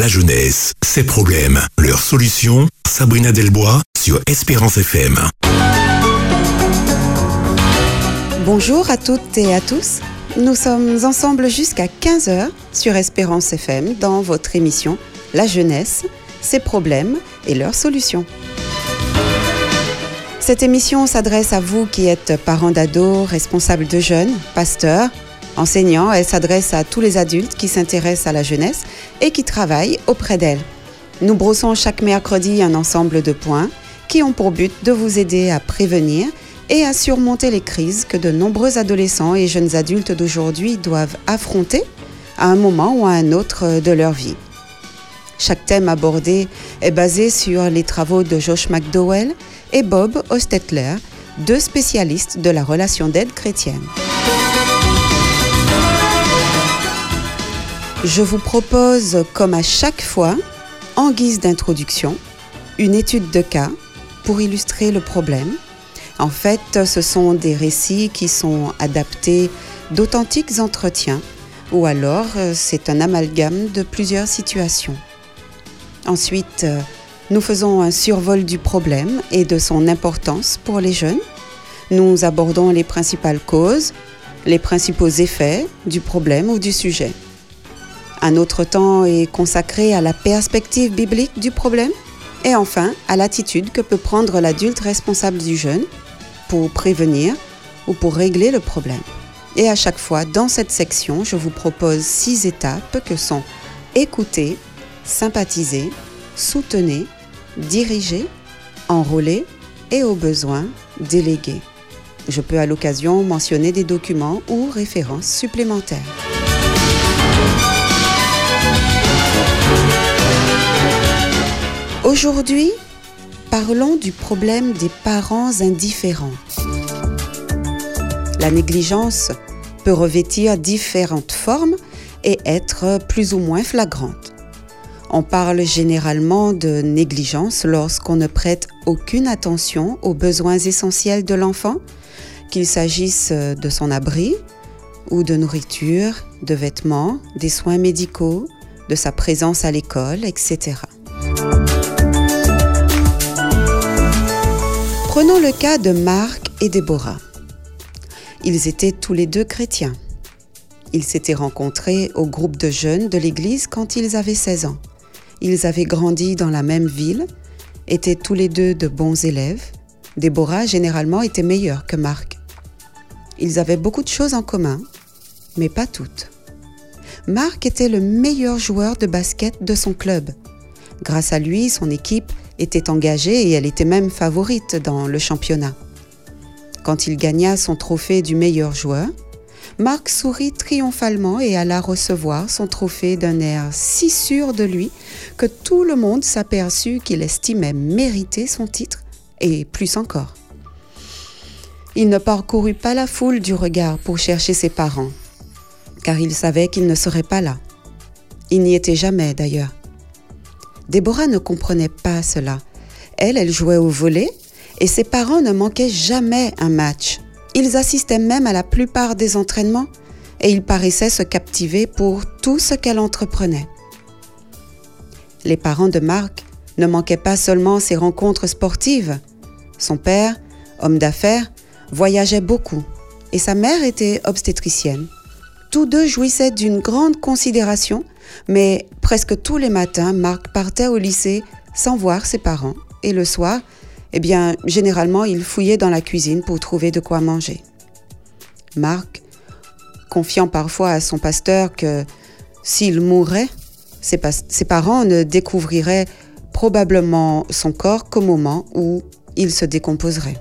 la jeunesse, ses problèmes, leurs solutions. Sabrina Delbois sur Espérance FM. Bonjour à toutes et à tous. Nous sommes ensemble jusqu'à 15h sur Espérance FM dans votre émission La jeunesse, ses problèmes et leurs solutions. Cette émission s'adresse à vous qui êtes parents d'ados, responsables de jeunes, pasteurs, enseignants. Elle s'adresse à tous les adultes qui s'intéressent à la jeunesse et qui travaillent auprès d'elle. Nous brossons chaque mercredi un ensemble de points qui ont pour but de vous aider à prévenir et à surmonter les crises que de nombreux adolescents et jeunes adultes d'aujourd'hui doivent affronter à un moment ou à un autre de leur vie. Chaque thème abordé est basé sur les travaux de Josh McDowell et Bob Hostetler, deux spécialistes de la relation d'aide chrétienne. Je vous propose, comme à chaque fois, en guise d'introduction, une étude de cas pour illustrer le problème. En fait, ce sont des récits qui sont adaptés d'authentiques entretiens ou alors c'est un amalgame de plusieurs situations. Ensuite, nous faisons un survol du problème et de son importance pour les jeunes. Nous abordons les principales causes, les principaux effets du problème ou du sujet. Un autre temps est consacré à la perspective biblique du problème et enfin à l'attitude que peut prendre l'adulte responsable du jeune pour prévenir ou pour régler le problème. Et à chaque fois, dans cette section, je vous propose 6 étapes que sont écouter, sympathiser, soutenir, diriger, enrôler et au besoin, déléguer. Je peux à l'occasion mentionner des documents ou références supplémentaires. Aujourd'hui, parlons du problème des parents indifférents. La négligence peut revêtir différentes formes et être plus ou moins flagrante. On parle généralement de négligence lorsqu'on ne prête aucune attention aux besoins essentiels de l'enfant, qu'il s'agisse de son abri ou de nourriture, de vêtements, des soins médicaux, de sa présence à l'école, etc. Prenons le cas de Marc et Déborah. Ils étaient tous les deux chrétiens. Ils s'étaient rencontrés au groupe de jeunes de l'église quand ils avaient 16 ans. Ils avaient grandi dans la même ville, étaient tous les deux de bons élèves. Déborah, généralement, était meilleure que Marc. Ils avaient beaucoup de choses en commun, mais pas toutes. Marc était le meilleur joueur de basket de son club. Grâce à lui, son équipe était engagée et elle était même favorite dans le championnat. Quand il gagna son trophée du meilleur joueur, Marc sourit triomphalement et alla recevoir son trophée d'un air si sûr de lui que tout le monde s'aperçut qu'il estimait mériter son titre et plus encore. Il ne parcourut pas la foule du regard pour chercher ses parents, car il savait qu'ils ne seraient pas là. Il n'y était jamais d'ailleurs. Déborah ne comprenait pas cela. Elle jouait au volley et ses parents ne manquaient jamais un match. Ils assistaient même à la plupart des entraînements et ils paraissaient se captiver pour tout ce qu'elle entreprenait. Les parents de Marc ne manquaient pas seulement ses rencontres sportives. Son père, homme d'affaires, voyageait beaucoup et sa mère était obstétricienne. Tous deux jouissaient d'une grande considération, mais presque tous les matins, Marc partait au lycée sans voir ses parents et le soir, généralement, il fouillait dans la cuisine pour trouver de quoi manger. Marc, confiant parfois à son pasteur que s'il mourait, ses parents ne découvriraient probablement son corps qu'au moment où il se décomposerait.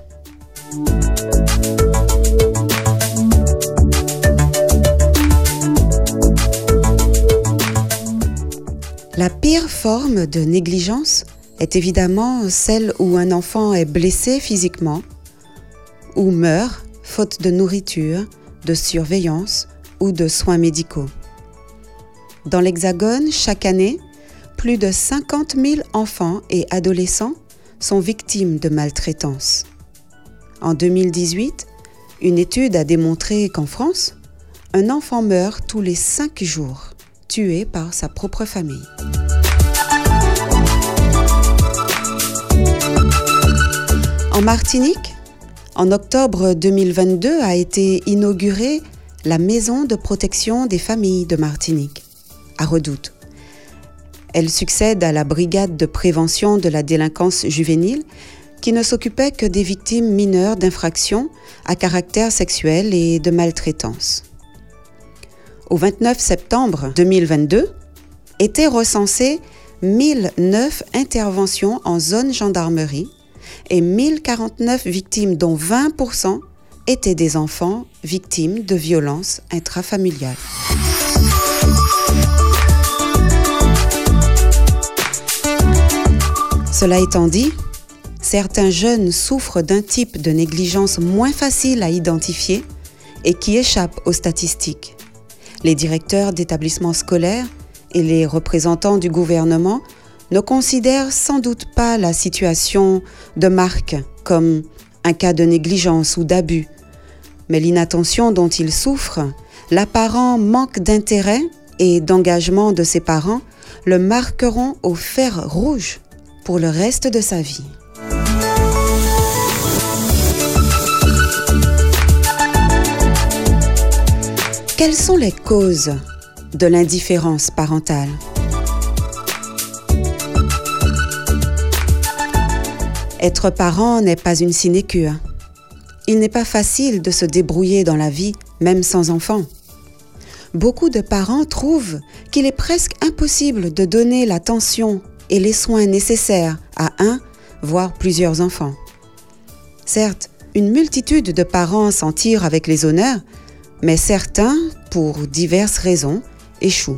La pire forme de négligence est évidemment celle où un enfant est blessé physiquement ou meurt faute de nourriture, de surveillance ou de soins médicaux. Dans l'Hexagone, chaque année, plus de 50 000 enfants et adolescents sont victimes de maltraitance. En 2018, une étude a démontré qu'en France, un enfant meurt tous les 5 jours, tué par sa propre famille. En Martinique, en octobre 2022 a été inaugurée la Maison de protection des familles de Martinique, à Redoute. Elle succède à la Brigade de prévention de la délinquance juvénile qui ne s'occupait que des victimes mineures d'infractions à caractère sexuel et de maltraitance. Au 29 septembre 2022, étaient recensées 1009 interventions en zone gendarmerie et 1049 victimes, dont 20% étaient des enfants victimes de violences intrafamiliales. Cela étant dit, certains jeunes souffrent d'un type de négligence moins facile à identifier et qui échappe aux statistiques. Les directeurs d'établissements scolaires et les représentants du gouvernement ne considèrent sans doute pas la situation de Marc comme un cas de négligence ou d'abus, mais l'inattention dont il souffre, l'apparent manque d'intérêt et d'engagement de ses parents le marqueront au fer rouge pour le reste de sa vie. Quelles sont les causes de l'indifférence parentale? Être parent n'est pas une sinécure. Il n'est pas facile de se débrouiller dans la vie, même sans enfant. Beaucoup de parents trouvent qu'il est presque impossible de donner l'attention et les soins nécessaires à un, voire plusieurs enfants. Certes, une multitude de parents s'en tirent avec les honneurs, mais certains, pour diverses raisons, échouent.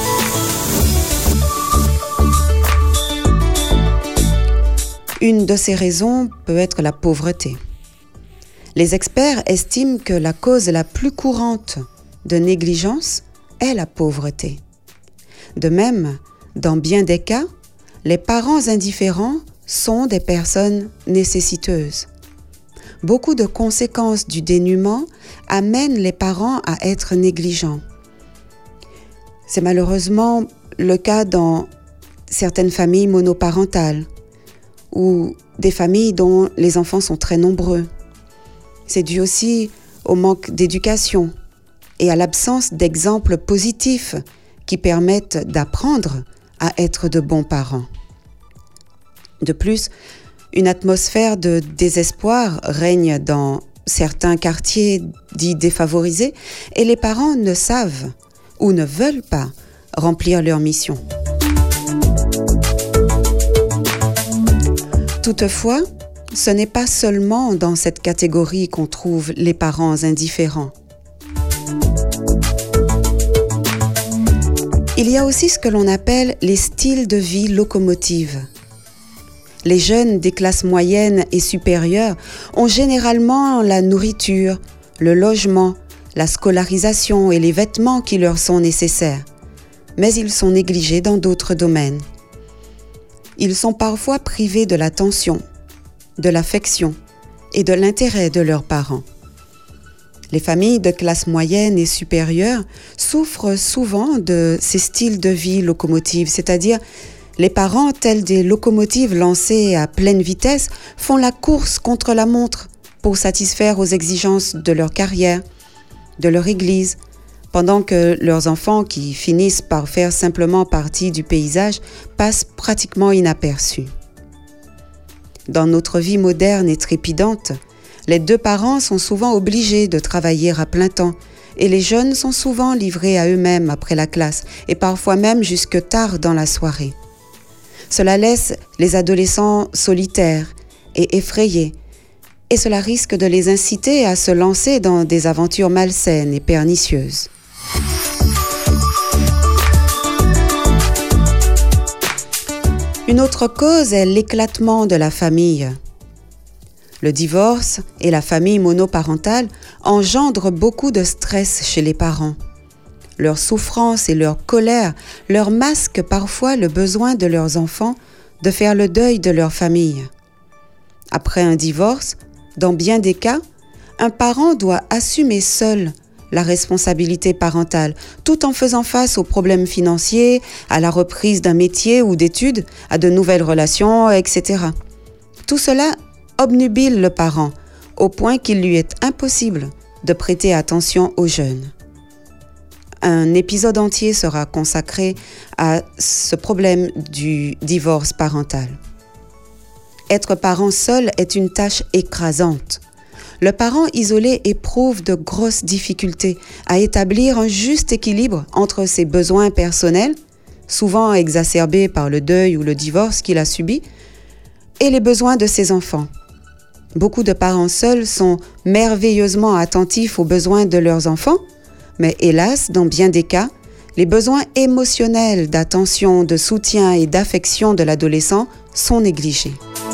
Une de ces raisons peut être la pauvreté. Les experts estiment que la cause la plus courante de négligence est la pauvreté. De même, dans bien des cas, les parents indifférents sont des personnes nécessiteuses. Beaucoup de conséquences du dénuement amènent les parents à être négligents. C'est malheureusement le cas dans certaines familles monoparentales ou des familles dont les enfants sont très nombreux. C'est dû aussi au manque d'éducation et à l'absence d'exemples positifs qui permettent d'apprendre à être de bons parents. De plus, une atmosphère de désespoir règne dans certains quartiers dits défavorisés et les parents ne savent ou ne veulent pas remplir leur mission. Toutefois, ce n'est pas seulement dans cette catégorie qu'on trouve les parents indifférents. Il y a aussi ce que l'on appelle les styles de vie locomotives. Les jeunes des classes moyennes et supérieures ont généralement la nourriture, le logement, la scolarisation et les vêtements qui leur sont nécessaires, mais ils sont négligés dans d'autres domaines. Ils sont parfois privés de l'attention, de l'affection et de l'intérêt de leurs parents. Les familles de classe moyenne et supérieure souffrent souvent de ces styles de vie locomotives, c'est-à-dire les parents, tels des locomotives lancées à pleine vitesse, font la course contre la montre pour satisfaire aux exigences de leur carrière, de leur église, pendant que leurs enfants, qui finissent par faire simplement partie du paysage, passent pratiquement inaperçus. Dans notre vie moderne et trépidante, les deux parents sont souvent obligés de travailler à plein temps et les jeunes sont souvent livrés à eux-mêmes après la classe et parfois même jusque tard dans la soirée. Cela laisse les adolescents solitaires et effrayés et cela risque de les inciter à se lancer dans des aventures malsaines et pernicieuses. Une autre cause est l'éclatement de la famille. Le divorce et la famille monoparentale engendrent beaucoup de stress chez les parents. Leur souffrance et leur colère leur masquent parfois le besoin de leurs enfants de faire le deuil de leur famille. Après un divorce, dans bien des cas, un parent doit assumer seul la responsabilité parentale, tout en faisant face aux problèmes financiers, à la reprise d'un métier ou d'études, à de nouvelles relations, etc. Tout cela obnubile le parent au point qu'il lui est impossible de prêter attention aux jeunes. Un épisode entier sera consacré à ce problème du divorce parental. Être parent seul est une tâche écrasante. Le parent isolé éprouve de grosses difficultés à établir un juste équilibre entre ses besoins personnels, souvent exacerbés par le deuil ou le divorce qu'il a subi, et les besoins de ses enfants. Beaucoup de parents seuls sont merveilleusement attentifs aux besoins de leurs enfants, mais hélas, dans bien des cas, les besoins émotionnels d'attention, de soutien et d'affection de l'adolescent sont négligés.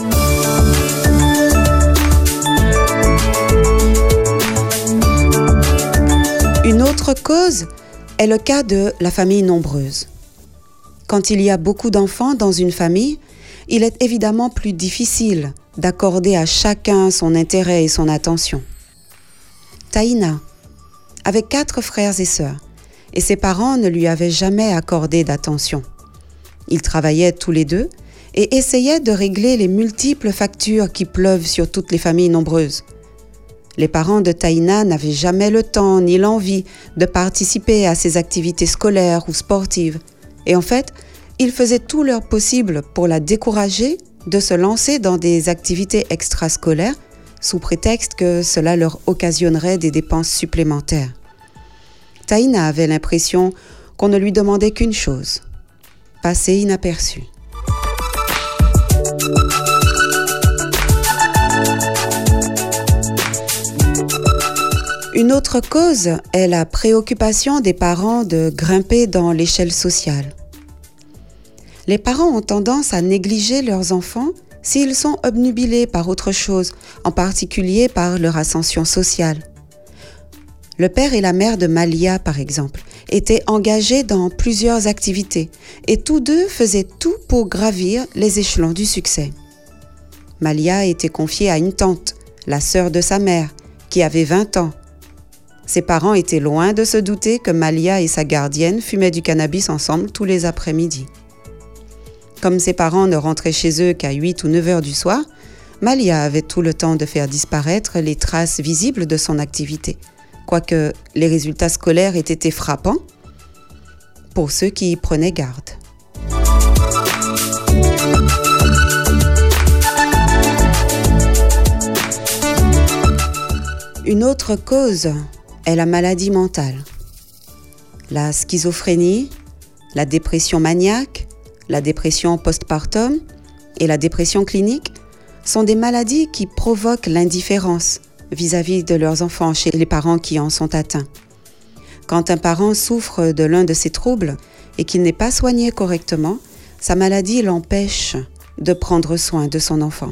Une autre cause est le cas de la famille nombreuse. Quand il y a beaucoup d'enfants dans une famille, il est évidemment plus difficile d'accorder à chacun son intérêt et son attention. Taïna avait 4 frères et sœurs, et ses parents ne lui avaient jamais accordé d'attention. Ils travaillaient tous les deux et essayaient de régler les multiples factures qui pleuvent sur toutes les familles nombreuses. Les parents de Taïna n'avaient jamais le temps ni l'envie de participer à ses activités scolaires ou sportives. Et en fait, ils faisaient tout leur possible pour la décourager de se lancer dans des activités extrascolaires sous prétexte que cela leur occasionnerait des dépenses supplémentaires. Taïna avait l'impression qu'on ne lui demandait qu'une chose, passer inaperçu. Une autre cause est la préoccupation des parents de grimper dans l'échelle sociale. Les parents ont tendance à négliger leurs enfants s'ils sont obnubilés par autre chose, en particulier par leur ascension sociale. Le père et la mère de Malia, par exemple, étaient engagés dans plusieurs activités et tous deux faisaient tout pour gravir les échelons du succès. Malia était confiée à une tante, la sœur de sa mère, qui avait 20 ans. Ses parents étaient loin de se douter que Malia et sa gardienne fumaient du cannabis ensemble tous les après-midi. Comme ses parents ne rentraient chez eux qu'à 8 ou 9 heures du soir, Malia avait tout le temps de faire disparaître les traces visibles de son activité, quoique les résultats scolaires aient été frappants pour ceux qui y prenaient garde. Une autre cause est la maladie mentale. La schizophrénie, la dépression maniaque, la dépression postpartum et la dépression clinique sont des maladies qui provoquent l'indifférence vis-à-vis de leurs enfants chez les parents qui en sont atteints. Quand un parent souffre de l'un de ces troubles et qu'il n'est pas soigné correctement, sa maladie l'empêche de prendre soin de son enfant.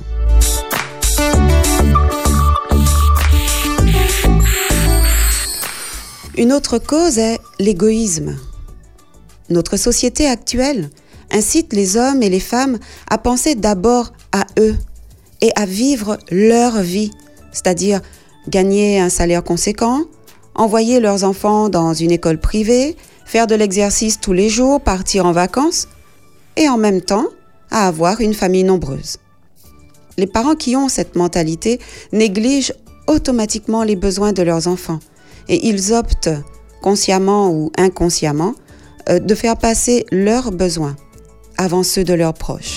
Une autre cause est l'égoïsme. Notre société actuelle incite les hommes et les femmes à penser d'abord à eux et à vivre leur vie, c'est-à-dire gagner un salaire conséquent, envoyer leurs enfants dans une école privée, faire de l'exercice tous les jours, partir en vacances et en même temps à avoir une famille nombreuse. Les parents qui ont cette mentalité négligent automatiquement les besoins de leurs enfants et ils optent, consciemment ou inconsciemment, de faire passer leurs besoins avant ceux de leurs proches.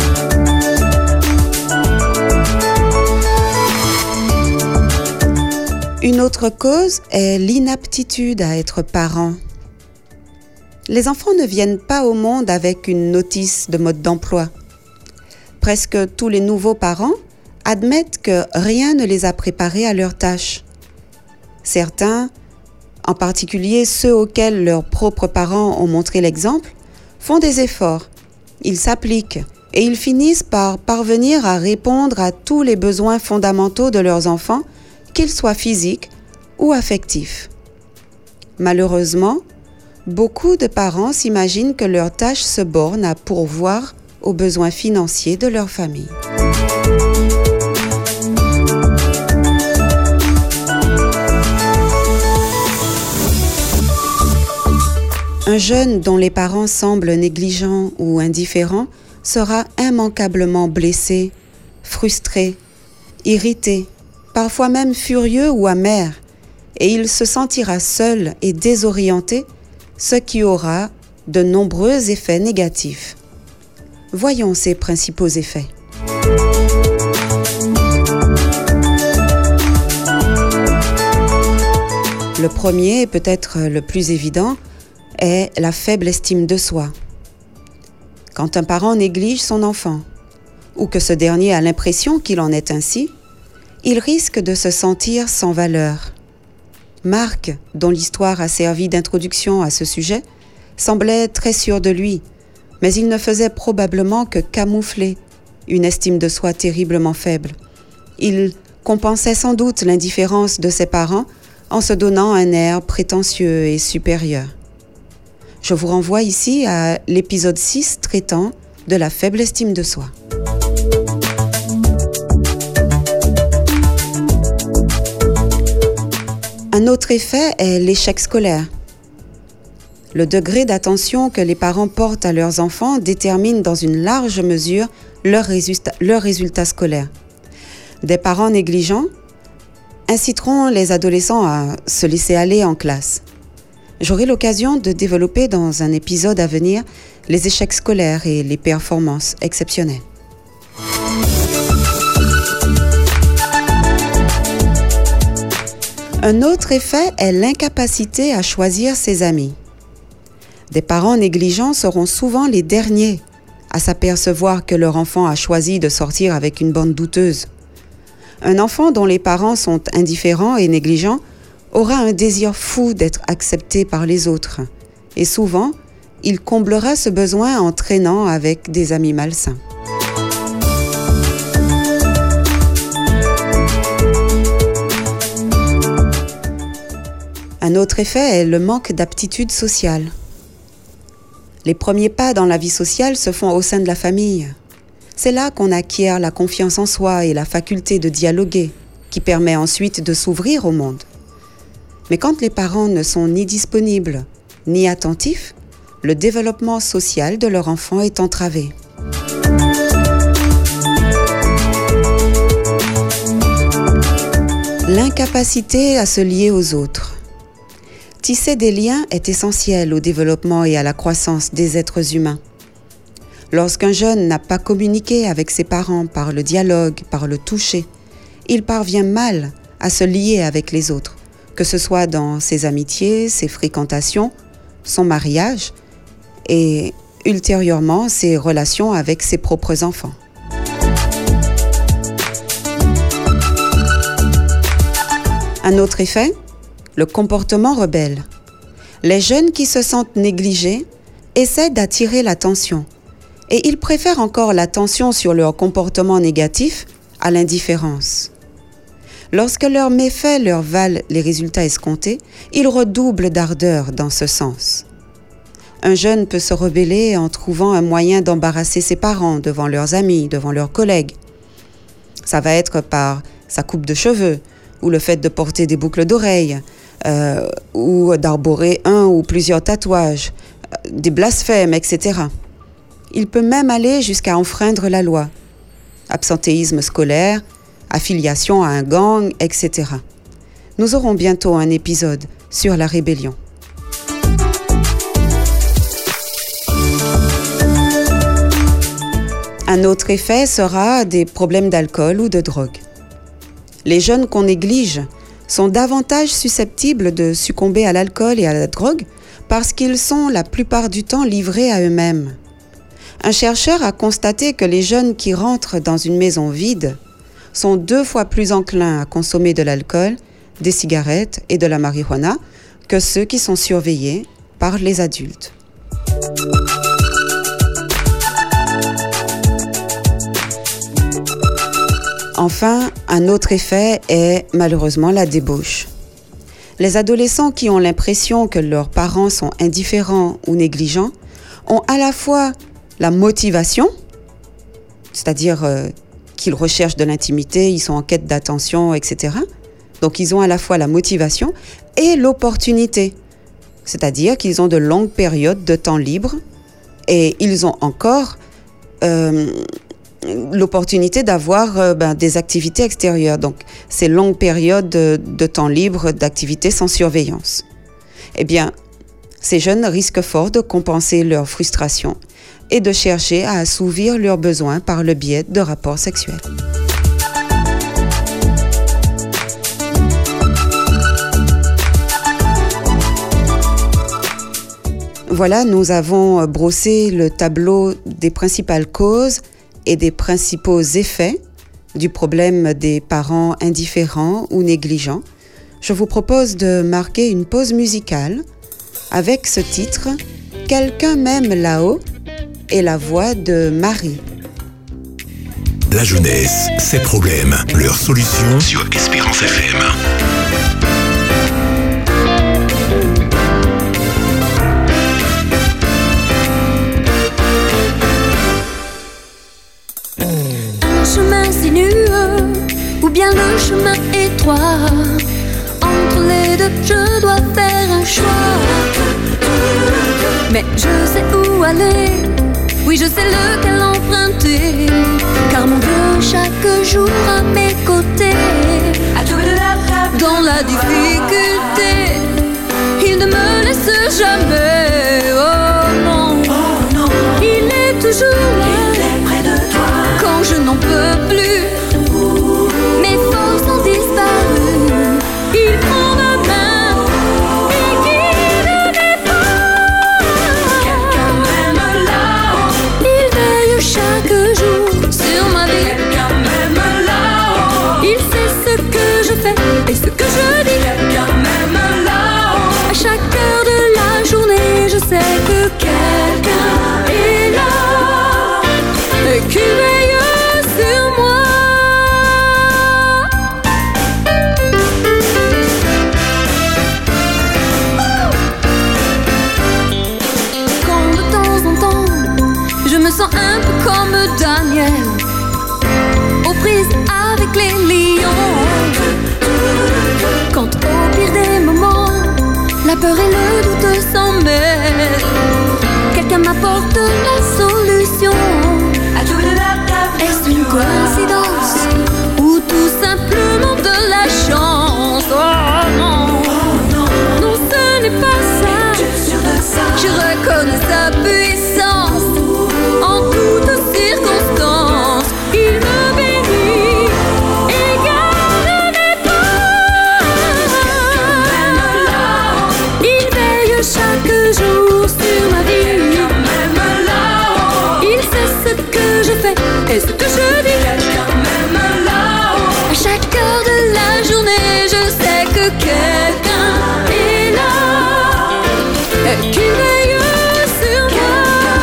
Une autre cause est l'inaptitude à être parent. Les enfants ne viennent pas au monde avec une notice de mode d'emploi. Presque tous les nouveaux parents admettent que rien ne les a préparés à leurs tâches. Certains, en particulier ceux auxquels leurs propres parents ont montré l'exemple, font des efforts, ils s'appliquent et ils finissent par parvenir à répondre à tous les besoins fondamentaux de leurs enfants, qu'ils soient physiques ou affectifs. Malheureusement, beaucoup de parents s'imaginent que leur tâche se borne à pourvoir aux besoins financiers de leur famille. Un jeune dont les parents semblent négligents ou indifférents sera immanquablement blessé, frustré irrité, parfois même furieux ou amer, et il se sentira seul et désorienté, ce qui aura de nombreux effets négatifs. Voyons ces principaux effets. Le premier, et peut-être le plus évident, est la faible estime de soi. Quand un parent néglige son enfant, ou que ce dernier a l'impression qu'il en est ainsi, il risque de se sentir sans valeur. Marc, dont l'histoire a servi d'introduction à ce sujet, semblait très sûr de lui, mais il ne faisait probablement que camoufler une estime de soi terriblement faible. Il compensait sans doute l'indifférence de ses parents en se donnant un air prétentieux et supérieur. Je vous renvoie ici à l'épisode 6 traitant de la faible estime de soi. Un autre effet est l'échec scolaire. Le degré d'attention que les parents portent à leurs enfants détermine dans une large mesure leurs résultats scolaires. Des parents négligents inciteront les adolescents à se laisser aller en classe. J'aurai l'occasion de développer dans un épisode à venir les échecs scolaires et les performances exceptionnelles. Un autre effet est l'incapacité à choisir ses amis. Des parents négligents seront souvent les derniers à s'apercevoir que leur enfant a choisi de sortir avec une bande douteuse. Un enfant dont les parents sont indifférents et négligents aura un désir fou d'être accepté par les autres. Et souvent, il comblera ce besoin en traînant avec des amis malsains. Un autre effet est le manque d'aptitude sociale. Les premiers pas dans la vie sociale se font au sein de la famille. C'est là qu'on acquiert la confiance en soi et la faculté de dialoguer, qui permet ensuite de s'ouvrir au monde. Mais quand les parents ne sont ni disponibles, ni attentifs, le développement social de leur enfant est entravé. L'incapacité à se lier aux autres. Tisser des liens est essentiel au développement et à la croissance des êtres humains. Lorsqu'un jeune n'a pas communiqué avec ses parents par le dialogue, par le toucher, il parvient mal à se lier avec les autres, que ce soit dans ses amitiés, ses fréquentations, son mariage et ultérieurement ses relations avec ses propres enfants. Un autre effet, le comportement rebelle. Les jeunes qui se sentent négligés essaient d'attirer l'attention et ils préfèrent encore l'attention sur leur comportement négatif à l'indifférence. Lorsque leurs méfaits leur valent les résultats escomptés, ils redoublent d'ardeur dans ce sens. Un jeune peut se rebeller en trouvant un moyen d'embarrasser ses parents devant leurs amis, devant leurs collègues. Ça va être par sa coupe de cheveux, ou le fait de porter des boucles d'oreilles, ou d'arborer un ou plusieurs tatouages, des blasphèmes, etc. Il peut même aller jusqu'à enfreindre la loi. Absentéisme scolaire, affiliation à un gang, etc. Nous aurons bientôt un épisode sur la rébellion. Un autre effet sera des problèmes d'alcool ou de drogue. Les jeunes qu'on néglige sont davantage susceptibles de succomber à l'alcool et à la drogue parce qu'ils sont la plupart du temps livrés à eux-mêmes. Un chercheur a constaté que les jeunes qui rentrent dans une maison vide sont 2 fois plus enclins à consommer de l'alcool, des cigarettes et de la marijuana que ceux qui sont surveillés par les adultes. Enfin, un autre effet est malheureusement la débauche. Les adolescents qui ont l'impression que leurs parents sont indifférents ou négligents ont à la fois la motivation, c'est-à-dire qu'ils recherchent de l'intimité, ils sont en quête d'attention, etc. Donc ils ont à la fois la motivation et l'opportunité, c'est-à-dire qu'ils ont de longues périodes de temps libre et ils ont encore l'opportunité d'avoir des activités extérieures. Donc, ces longues périodes de temps libre, d'activités sans surveillance. Eh bien, ces jeunes risquent fort de compenser leur frustration et de chercher à assouvir leurs besoins par le biais de rapports sexuels. Voilà, nous avons brossé le tableau des principales causes et des principaux effets du problème des parents indifférents ou négligents. Je vous propose de marquer une pause musicale avec ce titre « Quelqu'un m'aime là-haut » et la voix de Marie. La jeunesse, ses problèmes, leurs solutions sur Espérance FM. Un chemin sinueux ou bien le chemin étroit. Entre les deux, je dois faire un choix. Mais je sais où aller. Oui, je sais lequel emprunter. Car mon Dieu, chaque jour à mes côtés. Dans la difficulté, il ne me laisse jamais. Oh non, il est toujours là. Il est près de toi. Quand je n'en peux plus, mes forces ont disparu. Il prend ma main et guide mes pas. Quelqu'un m'aime là-haut. Il veille chaque jour sur ma vie. Quelqu'un m'aime là-haut. Il sait ce que je fais et ce que je dis. Quelqu'un m'aime là-haut. À chaque heure de la journée, je sais que quelqu'un est là et qui veille sur moi. Quand de temps en temps, je me sens un peu comme Daniel, aux prises avec les lions. Quand au pire des moments, la peur et le doute s'en mêlent, quelqu'un m'apporte la solution. Est-ce une coïncidence ou tout simplement de la chance? Oh non, non, ce n'est pas ça. Je reconnais sa puissance en toutes circonstances. Il me bénit et garde mes pas. Il veille chaque jour sur ma vie. Il sait ce que je fais et ce que je dis. À chaque heure de la journée, je sais que quelqu'un est là et qui veille sur moi.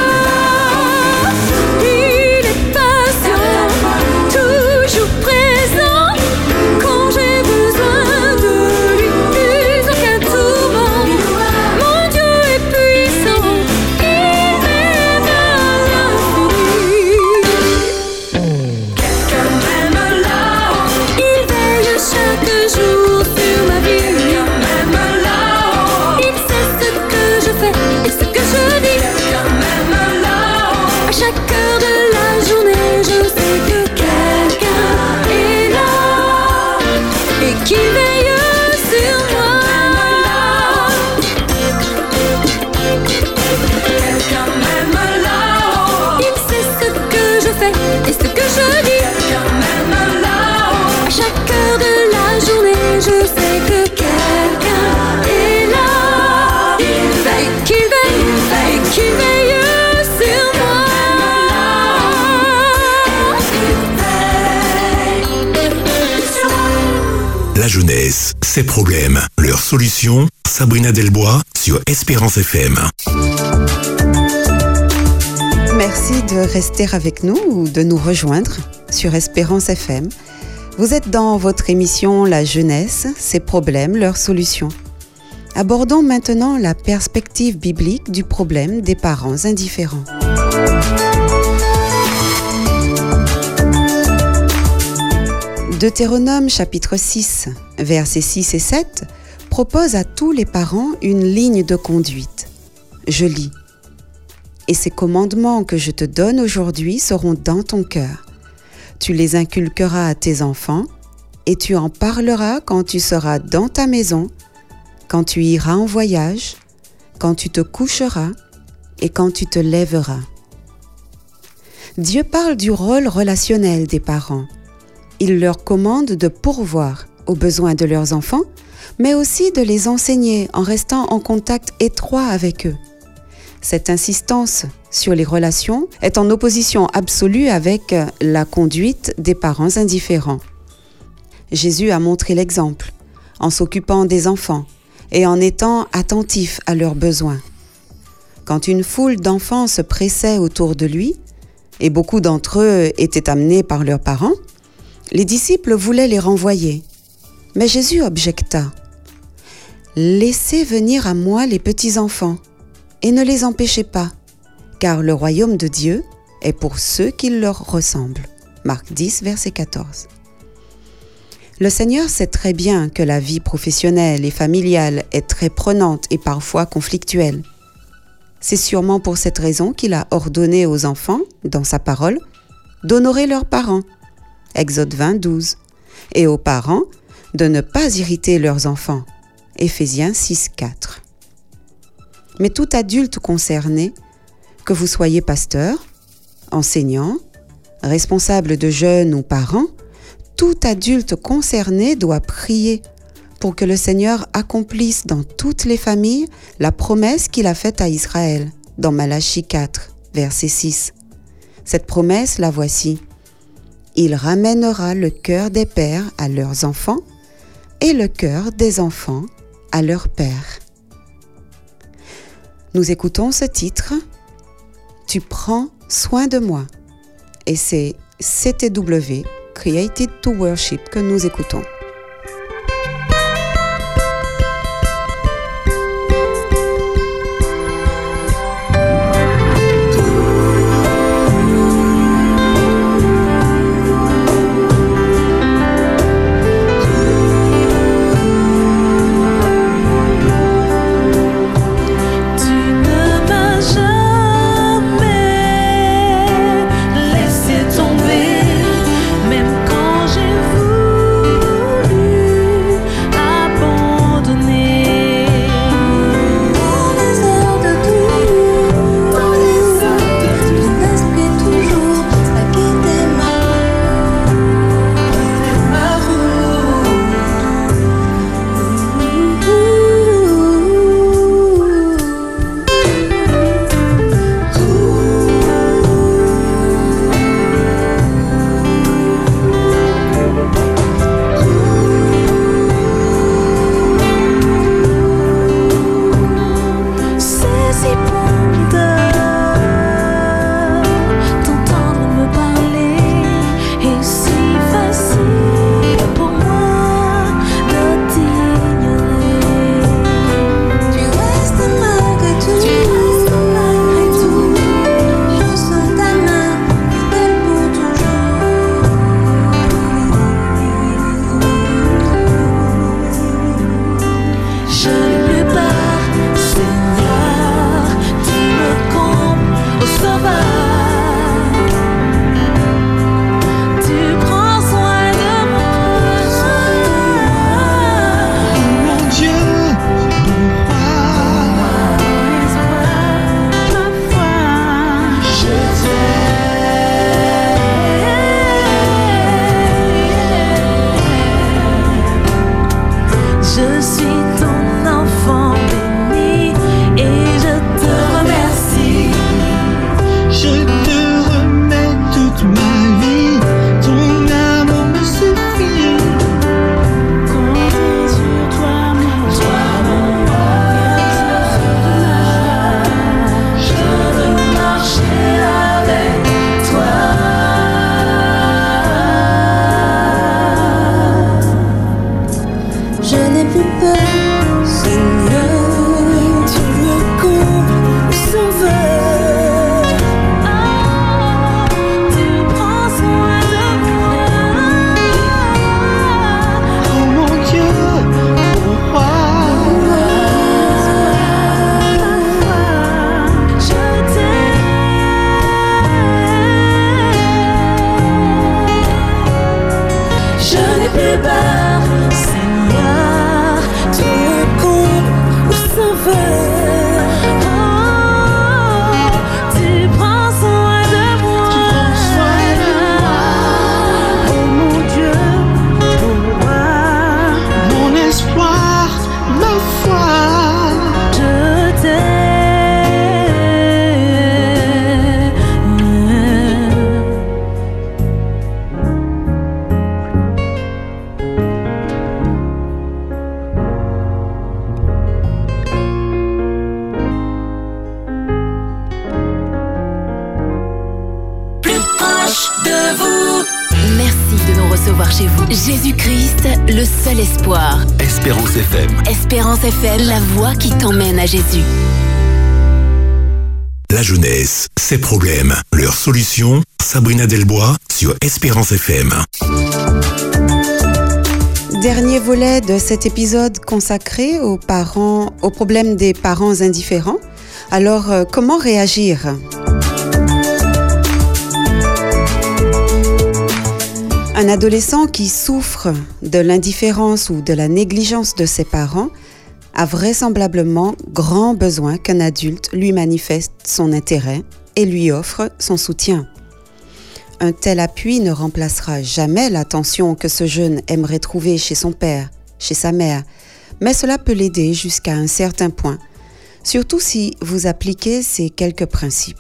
Il est patient, toujours présent quand j'ai besoin de lui. Plus aucun tourment. Mon Dieu est puissant, il m'aime à l'infini. Quelqu'un m'aime là-haut. Il veille chaque jour sur ma vie. Quelqu'un m'aime là-haut. Il sait ce que je fais et ce que je dis. Quelqu'un m'aime là-haut. À chaque heure de la journée, je sais que quelqu'un est là et qui veille sur moi. Quelqu'un m'aime là-haut. Il sait ce que je fais et ce que je dis. Quelqu'un m'aime là-haut. À chaque heure de la journée, je sais que quelqu'un est là et qui veille sur moi. La jeunesse, ses problèmes, leurs solutions. Sabrina Delbois sur Espérance FM. Merci de rester avec nous ou de nous rejoindre sur Espérance FM. Vous êtes dans votre émission La jeunesse, ses problèmes, leurs solutions. Abordons maintenant la perspective biblique du problème des parents indifférents. Deutéronome chapitre 6, versets 6 et 7 propose à tous les parents une ligne de conduite. Je lis. « Et ces commandements que je te donne aujourd'hui seront dans ton cœur. Tu les inculqueras à tes enfants et tu en parleras quand tu seras dans ta maison, quand tu iras en voyage, quand tu te coucheras et quand tu te lèveras. Dieu parle du rôle relationnel des parents. Il leur commande de pourvoir aux besoins de leurs enfants, mais aussi de les enseigner en restant en contact étroit avec eux. Cette insistance sur les relations est en opposition absolue avec la conduite des parents indifférents. Jésus a montré l'exemple en s'occupant des enfants et en étant attentif à leurs besoins. Quand une foule d'enfants se pressait autour de lui, et beaucoup d'entre eux étaient amenés par leurs parents, les disciples voulaient les renvoyer. Mais Jésus objecta. « Laissez venir à moi les petits-enfants, et ne les empêchez pas, car le royaume de Dieu est pour ceux qui leur ressemblent. » Marc 10, verset 14. Le Seigneur sait très bien que la vie professionnelle et familiale est très prenante et parfois conflictuelle. C'est sûrement pour cette raison qu'il a ordonné aux enfants, dans sa parole, d'honorer leurs parents, Exode 20, 12, et aux parents de ne pas irriter leurs enfants, Éphésiens 6, 4. Mais tout adulte concerné, que vous soyez pasteur, enseignant, responsable de jeunes ou parents, tout adulte concerné doit prier pour que le Seigneur accomplisse dans toutes les familles la promesse qu'il a faite à Israël, dans Malachie 4, verset 6. Cette promesse, la voici. Il ramènera le cœur des pères à leurs enfants et le cœur des enfants à leurs pères. Nous écoutons ce titre « Tu prends soin de moi » et c'est CTW, Created to Worship, que nous écoutons. Laissez tomber, même quand j'ai voulu. proche de vous. Merci de nous recevoir chez vous. Jésus-Christ, le seul espoir. Espérance FM. Espérance FM, la voix qui t'emmène à Jésus. La jeunesse, ses problèmes, leurs solutions. Sabrina Delbois sur Espérance FM. Dernier volet de cet épisode consacré aux problèmes des parents indifférents. Alors, comment réagir ? Un adolescent qui souffre de l'indifférence ou de la négligence de ses parents a vraisemblablement grand besoin qu'un adulte lui manifeste son intérêt et lui offre son soutien. Un tel appui ne remplacera jamais l'attention que ce jeune aimerait trouver chez son père, chez sa mère, mais cela peut l'aider jusqu'à un certain point, surtout si vous appliquez ces quelques principes.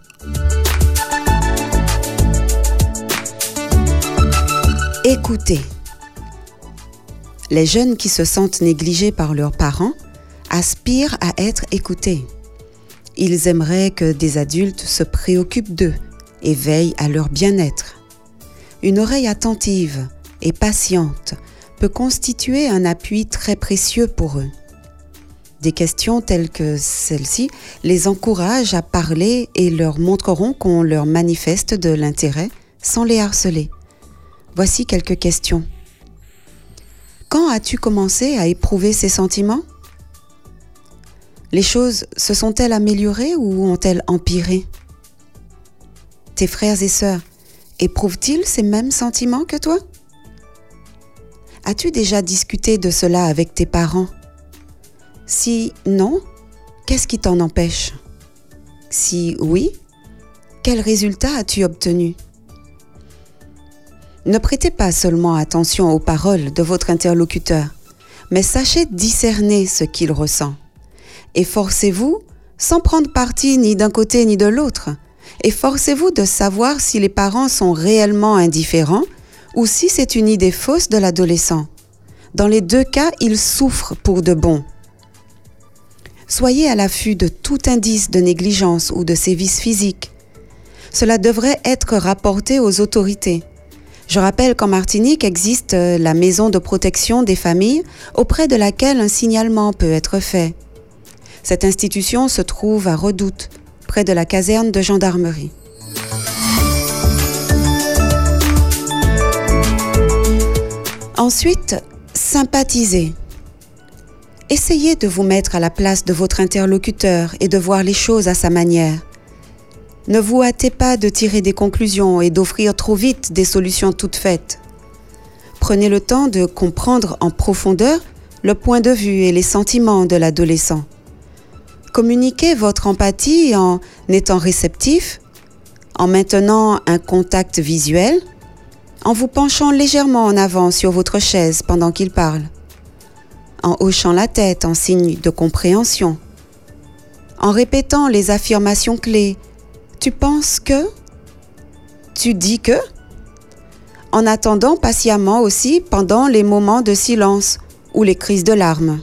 Écoutez. Les jeunes qui se sentent négligés par leurs parents aspirent à être écoutés. Ils aimeraient que des adultes se préoccupent d'eux et veillent à leur bien-être. Une oreille attentive et patiente peut constituer un appui très précieux pour eux. Des questions telles que celle-ci les encouragent à parler et leur montreront qu'on leur manifeste de l'intérêt sans les harceler. Voici quelques questions. Quand as-tu commencé à éprouver ces sentiments ? Les choses se sont-elles améliorées ou ont-elles empiré ? Tes frères et sœurs éprouvent-ils ces mêmes sentiments que toi ? As-tu déjà discuté de cela avec tes parents ? Si non, qu'est-ce qui t'en empêche ? Si oui, quel résultat as-tu obtenu ? Ne prêtez pas seulement attention aux paroles de votre interlocuteur, mais sachez discerner ce qu'il ressent. Efforcez-vous, sans prendre parti ni d'un côté ni de l'autre, efforcez-vous de savoir si les parents sont réellement indifférents ou si c'est une idée fausse de l'adolescent. Dans les deux cas, il souffre pour de bon. Soyez à l'affût de tout indice de négligence ou de sévices physiques. Cela devrait être rapporté aux autorités. Je rappelle qu'en Martinique existe la maison de protection des familles auprès de laquelle un signalement peut être fait. Cette institution se trouve à Redoute, près de la caserne de gendarmerie. Ensuite, sympathisez. Essayez de vous mettre à la place de votre interlocuteur et de voir les choses à sa manière. Ne vous hâtez pas de tirer des conclusions et d'offrir trop vite des solutions toutes faites. Prenez le temps de comprendre en profondeur le point de vue et les sentiments de l'adolescent. Communiquez votre empathie en étant réceptif, en maintenant un contact visuel, en vous penchant légèrement en avant sur votre chaise pendant qu'il parle, en hochant la tête en signe de compréhension, en répétant les affirmations clés. Tu penses que ? Tu dis que ? En attendant patiemment aussi pendant les moments de silence ou les crises de larmes.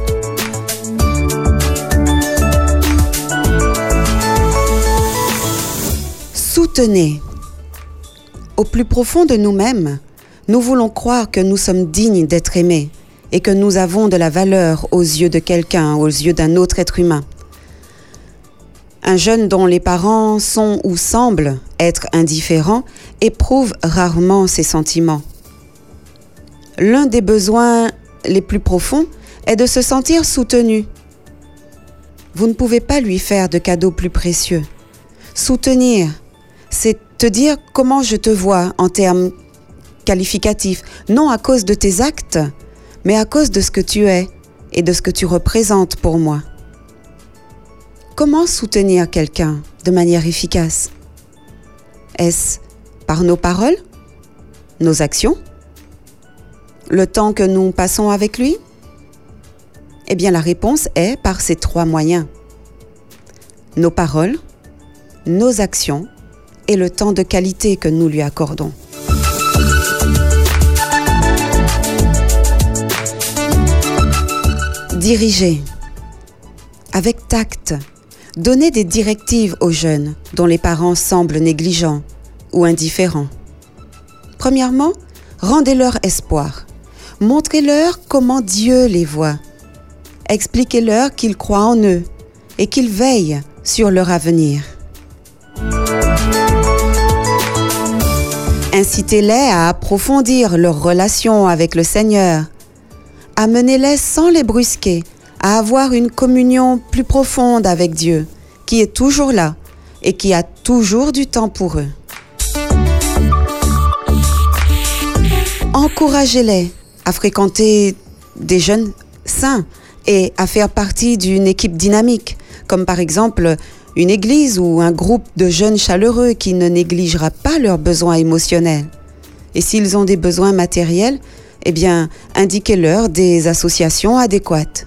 Soutenez. Au plus profond de nous-mêmes, nous voulons croire que nous sommes dignes d'être aimés et que nous avons de la valeur aux yeux de quelqu'un, aux yeux d'un autre être humain. Un jeune dont les parents sont ou semblent être indifférents éprouve rarement ces sentiments. L'un des besoins les plus profonds est de se sentir soutenu. Vous ne pouvez pas lui faire de cadeaux plus précieux. Soutenir, c'est te dire comment je te vois en termes qualificatifs, non à cause de tes actes, mais à cause de ce que tu es et de ce que tu représentes pour moi. Comment soutenir quelqu'un de manière efficace ? Est-ce par nos paroles, nos actions, le temps que nous passons avec lui ? Eh bien, la réponse est par ces trois moyens. Nos paroles, nos actions et le temps de qualité que nous lui accordons. Diriger. Avec tact, donnez des directives aux jeunes dont les parents semblent négligents, ou indifférents. Premièrement, rendez-leur espoir. Montrez-leur comment Dieu les voit. Expliquez-leur qu'il croit en eux et qu'il veille sur leur avenir. Incitez-les à approfondir leur relation avec le Seigneur. Amenez-les sans les brusquer à avoir une communion plus profonde avec Dieu, qui est toujours là et qui a toujours du temps pour eux. Encouragez-les à fréquenter des jeunes saints et à faire partie d'une équipe dynamique, comme par exemple une église ou un groupe de jeunes chaleureux qui ne négligera pas leurs besoins émotionnels. Et s'ils ont des besoins matériels, eh bien, indiquez-leur des associations adéquates.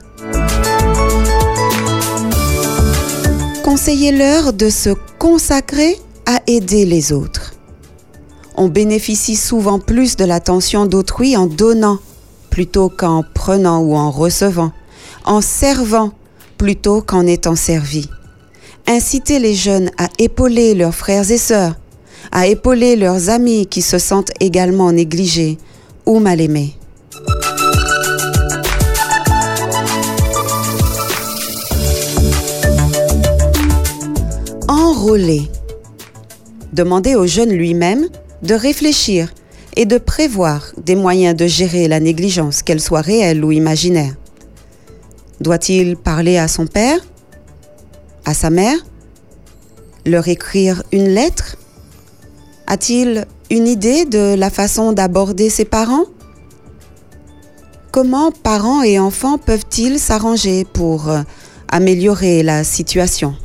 Conseillez-leur de se consacrer à aider les autres. On bénéficie souvent plus de l'attention d'autrui en donnant plutôt qu'en prenant ou en recevant, en servant plutôt qu'en étant servi. Incitez les jeunes à épauler leurs frères et sœurs, à épauler leurs amis qui se sentent également négligés ou mal aimés. Enrôler. Demandez au jeune lui-même de réfléchir et de prévoir des moyens de gérer la négligence, qu'elle soit réelle ou imaginaire. Doit-il parler à son père, à sa mère, leur écrire une lettre? A-t-il une idée de la façon d'aborder ses parents? Comment parents et enfants peuvent-ils s'arranger pour améliorer la situation?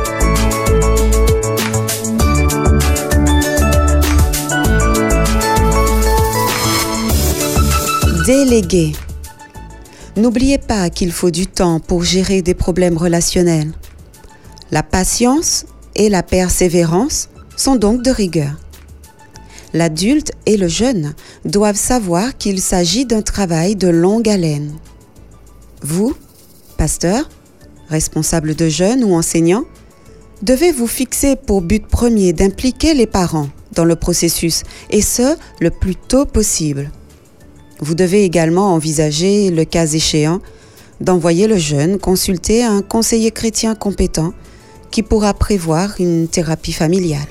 Déléguer. N'oubliez pas qu'il faut du temps pour gérer des problèmes relationnels. La patience et la persévérance sont donc de rigueur. L'adulte et le jeune doivent savoir qu'il s'agit d'un travail de longue haleine. Vous, pasteur, responsable de jeunes ou enseignant, devez vous fixer pour but premier d'impliquer les parents dans le processus, et ce, le plus tôt possible. Vous devez également envisager, le cas échéant, d'envoyer le jeune consulter un conseiller chrétien compétent qui pourra prévoir une thérapie familiale.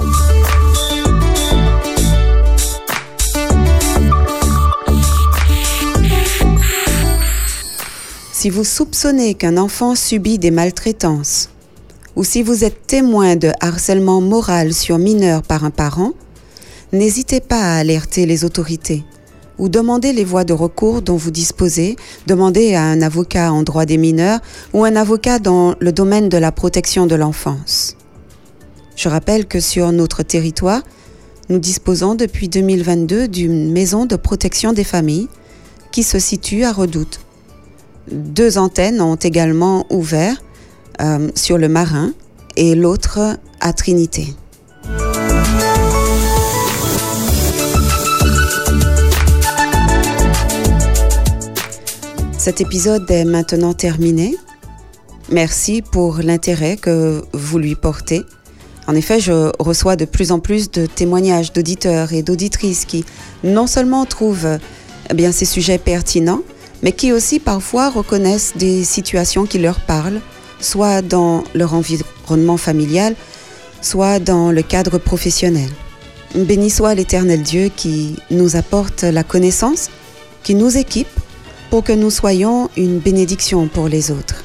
Si vous soupçonnez qu'un enfant subit des maltraitances ou si vous êtes témoin de harcèlement moral sur mineur par un parent, n'hésitez pas à alerter les autorités ou demandez les voies de recours dont vous disposez, demandez à un avocat en droit des mineurs ou un avocat dans le domaine de la protection de l'enfance. Je rappelle que sur notre territoire, nous disposons depuis 2022 d'une maison de protection des familles qui se situe à Redoute. 2 antennes ont également ouvert sur le Marin et l'autre à Trinité. Cet épisode est maintenant terminé. Merci pour l'intérêt que vous lui portez. En effet, je reçois de plus en plus de témoignages d'auditeurs et d'auditrices qui non seulement trouvent ces sujets pertinents, mais qui aussi parfois reconnaissent des situations qui leur parlent, soit dans leur environnement familial, soit dans le cadre professionnel. Béni soit l'Éternel Dieu qui nous apporte la connaissance, qui nous équipe pour que nous soyons une bénédiction pour les autres.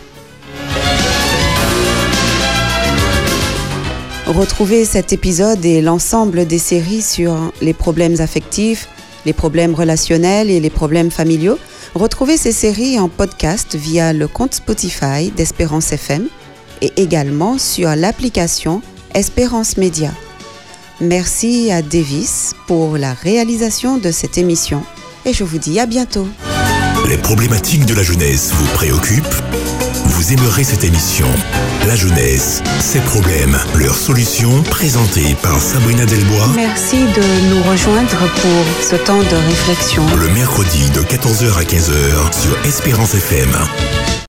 Retrouvez cet épisode et l'ensemble des séries sur les problèmes affectifs, les problèmes relationnels et les problèmes familiaux. Retrouvez ces séries en podcast via le compte Spotify d'Espérance FM et également sur l'application Espérance Média. Merci à Davis pour la réalisation de cette émission et je vous dis à bientôt. Les problématiques de la jeunesse vous préoccupent? Vous aimerez cette émission. La jeunesse, ses problèmes, leurs solutions, présentées par Sabrina Delbois. Merci de nous rejoindre pour ce temps de réflexion. Le mercredi de 14h à 15h sur Espérance FM.